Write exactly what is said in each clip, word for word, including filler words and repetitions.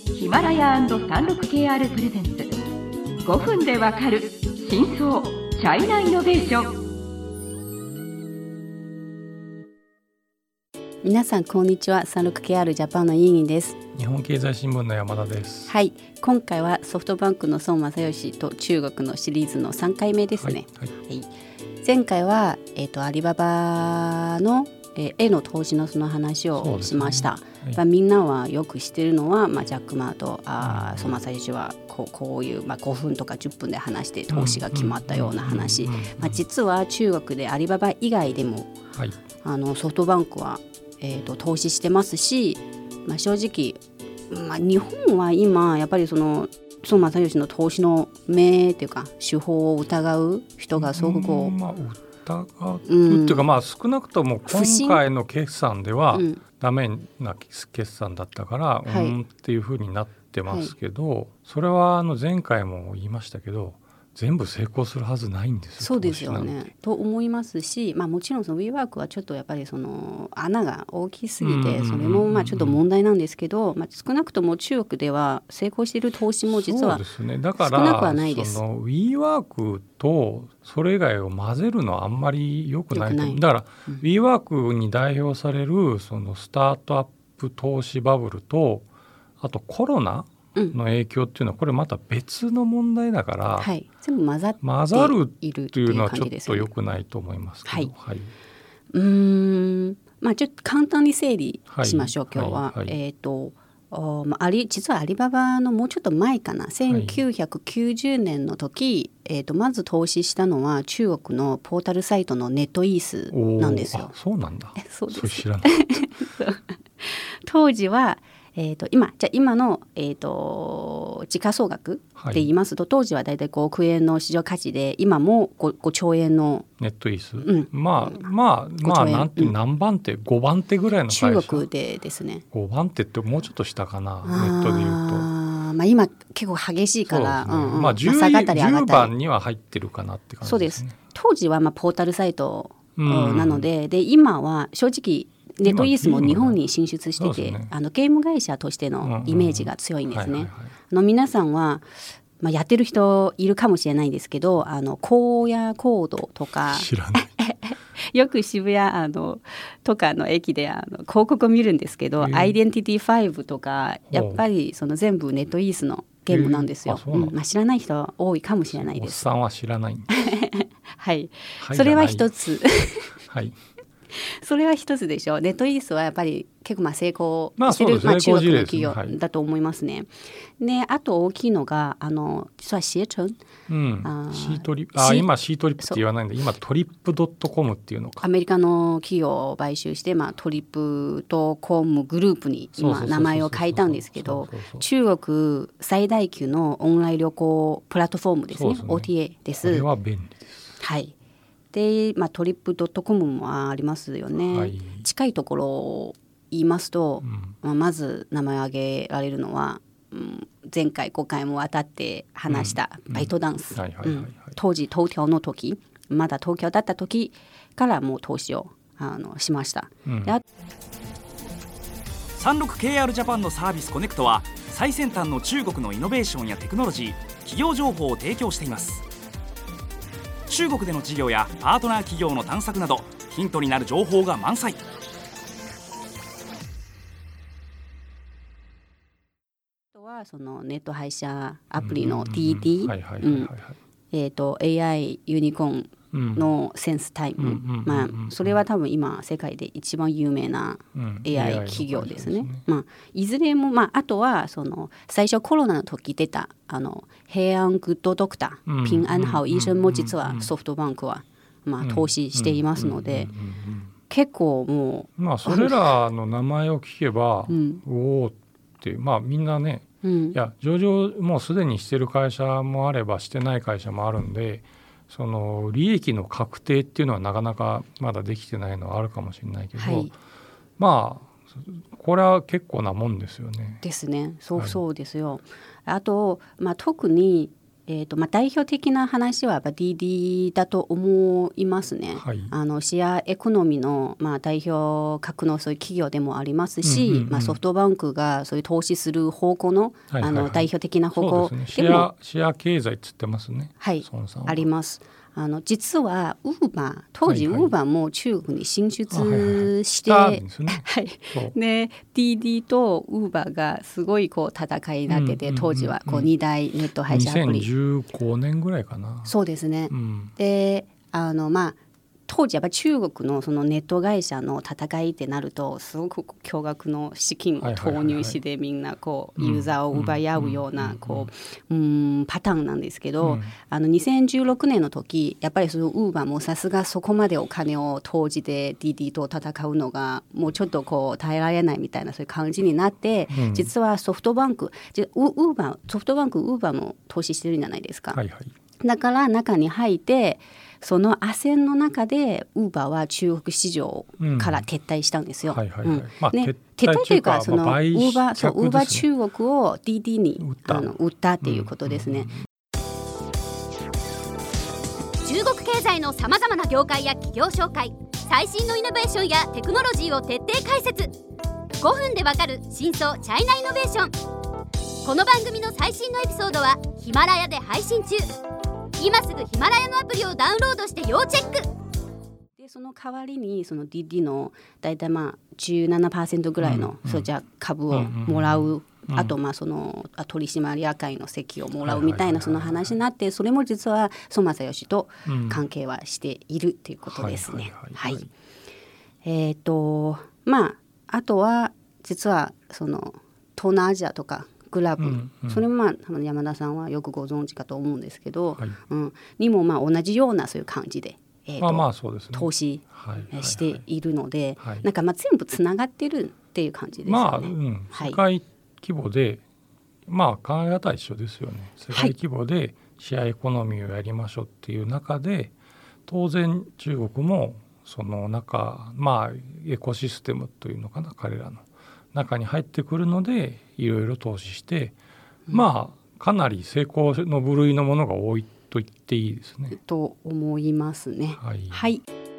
ヒマラヤ &さんじゅうろくケーアール プレゼンツごふんでわかる真相チャイナイノベーション。 皆さんこんにちは。 さんじゅうろくケーアール ジャパンのイーニーです。 日本経済新聞の山田です。 はい、今回はソフトバンクの孫正義と中国のシリーズのさんかいめですね。はいはいはい、前回は、えーと、アリババの、えー、絵の投資のその話をしました。はいまあ、みんなはよく知っているのは、まあ、ジャック・マーとあ孫正義はこう、こういう、まあ、ごふんとかじゅっぷんで話して投資が決まったような話、まあ、実は中国でアリババ以外でも、はい、あのソフトバンクは、えーと、投資してますし、まあ、正直、まあ、日本は今やっぱりその孫正義の投資の目っていうか手法を疑う人がすごくこう、 まあ、疑うっていうか、まあ、少なくとも今回の決算では、うんダメな決算だったから、はい、うんっていう風になってますけど、はい、それはあの前回も言いましたけど全部成功するはずないんですよ。 そうですよねと思いますし、まあ、もちろんその WeWork はちょっとやっぱりその穴が大きすぎてそれもまあちょっと問題なんですけど、まあ、少なくとも中国では成功している投資も実は少なくはないです。 そうですね。だからその WeWork とそれ以外を混ぜるのはあんまり良くないと思う。だから、うん、WeWork に代表されるそのスタートアップ投資バブルとあとコロナの影響っていうのはこれまた別の問題だから、 はい、全部混ざって混ざるっていうのはちょっと良くないと思いますけど、はいはい、 うーん、まあ、ちょっと簡単に整理しましょう、はい、今日は、はいはい、えーとまあ、アリ実はアリババのもうちょっと前かなせんきゅうひゃくきゅうじゅうねんの時、はいえーと、まず投資したのは中国のポータルサイトのネットイースなんですよ。 あ、そうなんだ。 そうです。 それ知らない当時はえー、と 今, じゃ今の、えー、と時価総額で言いますと、はい、当時はだいたいごおくえんの市場価値で今も 5, ごちょうえんのネットイース、うん、まあまあまあなんて、うん、何番手ごばん手ぐらいの会社。 中国でですね。 ごばん手ってもうちょっと下かなネットで言うと。 あ、まあ、今結構激しいから、 そうですね、うんうんまあ、じゅう, まあ、下がったり上がったりじゅうばんには入ってるかなって感じですね。 そうです。当時はまあポータルサイトなので、うん、で今は正直ネットイースも日本に進出してて、ね、あのゲーム会社としてのイメージが強いんですね。あの皆さんは、まあ、やってる人いるかもしれないんですけどあの荒野行動とか知らないよく渋谷あのとかの駅であの広告を見るんですけど、アイデンティティごとかやっぱりその全部ネットイースのゲームなんですよ。うんまあ、知らない人は多いかもしれないです。 おっさんは知らないんですはい、はい、それは一つはいそれは一つでしょう。ネットイースはやっぱり結構まあ成功してる、まあまあ、中国の企業だと思いますね。であと大きいのがあの実はシエチェン、 うん、あシートリあ今シートリップって言わないんで今トリップドットコムっていうのか。 アメリカの企業を買収して、まあ、トリップドコムグループに今名前を変えたんですけど中国最大級のオンライン旅行プラットフォームです ね, ですね オーティーエー です。 これは便利です。 はいでまあ、トリップドットコムもありますよね、はい、近いところを言いますと、うんまあ、まず名前を挙げられるのは、うん、前回ごかいもわたって話したバイトダンス、当時東京の時まだ東京だった時からもう投資をあのしました、うん、 さんじゅうろくケーアール ジャパンのサービスコネクトは最先端の中国のイノベーションやテクノロジー企業情報を提供しています。中国での事業やパートナー企業の探索などヒントになる情報が満載。 あとはそのネット配車アプリの ティーティー えーと エーアイ ユニコーンのセンスタイム、まあ、それは多分今世界で一番有名な エーアイ 企業ですね。まあ、いずれも、まあ、あとはその最初コロナの時出たあの平安グッドドクター、平安好医生も実はソフトバンクは、まあ、投資していますので、結構もう、まあ、それらの名前を聞けば、うん、おーって、まあ、みんなね、うん、いや上場もうすでにしてる会社もあればしてない会社もあるんでその利益の確定っていうのはなかなかまだできてないのはあるかもしれないけど、はい、まあこれは結構なもんですよね。 ですね。そうそうですよ、はい、あと、まあ、特にえーとまあ、代表的な話は ディーディー だと思いますね、はい、あのシェアエコノミーの、まあ、代表格のそういう企業でもありますし、うんうんうん、まあ、ソフトバンクがそういう投資する方向 の,、はいはいはい、あの代表的な方向でも、ね、シェア、 シェア経済って言ってますね。 はい、あります。あの実はウーバー当時ウーバーも中国に進出して、はいはいはい、で ディーディー とウーバーがすごいこう戦いになってて、うんうんうんうん、当時はこうに大ネット配車アプリにせんじゅうごねんぐらいかな。 そうですね、うん、であのまあ当時やっぱ中国 の, そのネット会社の戦いってなるとすごく巨額の資金を投入してみんなこうユーザーを奪い合うようなこううんパターンなんですけど、あのにせんじゅうろくねんの時やっぱりそのウーバーもさすがそこまでお金を投じて ディーディー と戦うのがもうちょっとこう耐えられないみたいなそういう感じになって、うん、実はソフトバンクウーバーソフトバンクウーバーも投資してるんじゃないですか、はいはい、だから中に入ってその斡旋の中でウーバーは中国市場から撤退したんですよ。撤退というかそのウーバー、そう、ウーバー中国を ディーディー に売った、あの売ったっていうことですね、 うん、中国経済のさまざまな業界や企業紹介、最新のイノベーションやテクノロジーを徹底解説。ごふんでわかる真相チャイナイノベーション。この番組の最新のエピソードはヒマラヤで配信中。今すぐヒマラヤのアプリをダウンロードして要チェック。 でその代わりにその ディーディー のだいたいまあ じゅうななパーセント ぐらいの、うん、そうじゃ株をもらう、うんうん、あとまあその取締役会の席をもらうみたいなその話になって、それも実は孫正義と関係はしているということですね。えっとまああとは実はその東南アジアとかグラブ、うんうん、それもまあ山田さんはよくご存知かと思うんですけど、はい、うん、にもまあ同じようなそういう感じで、えーとまあまあそうですね、投資しているので、はいはいはい、なんかまあ全部つながってるっていう感じですよね。まあ、うん、 世界規模で、はい、まあ考え方は一緒ですよね。世界規模でシェアエコノミーをやりましょうっていう中で、当然中国もその中、まあエコシステムというのかな、彼らの中に入ってくるのでいろいろ投資して、うん、まあかなり成功の部類のものが多いと言っていいですね。 と思いますね。はい、はい、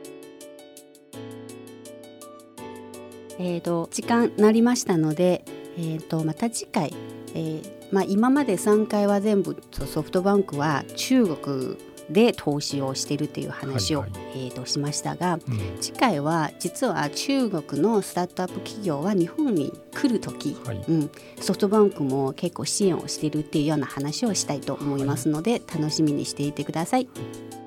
えーと時間なりましたので、えーとまた次回、えーまあ、今までさんかいは全部ソフトバンクは中国で投資をしているという話を、はいはい、えー、としましたが、うん、次回は実は中国のスタートアップ企業は日本に来るとき、はい、うん、ソフトバンクも結構支援をしているっていうような話をしたいと思いますので、はい、楽しみにしていてください。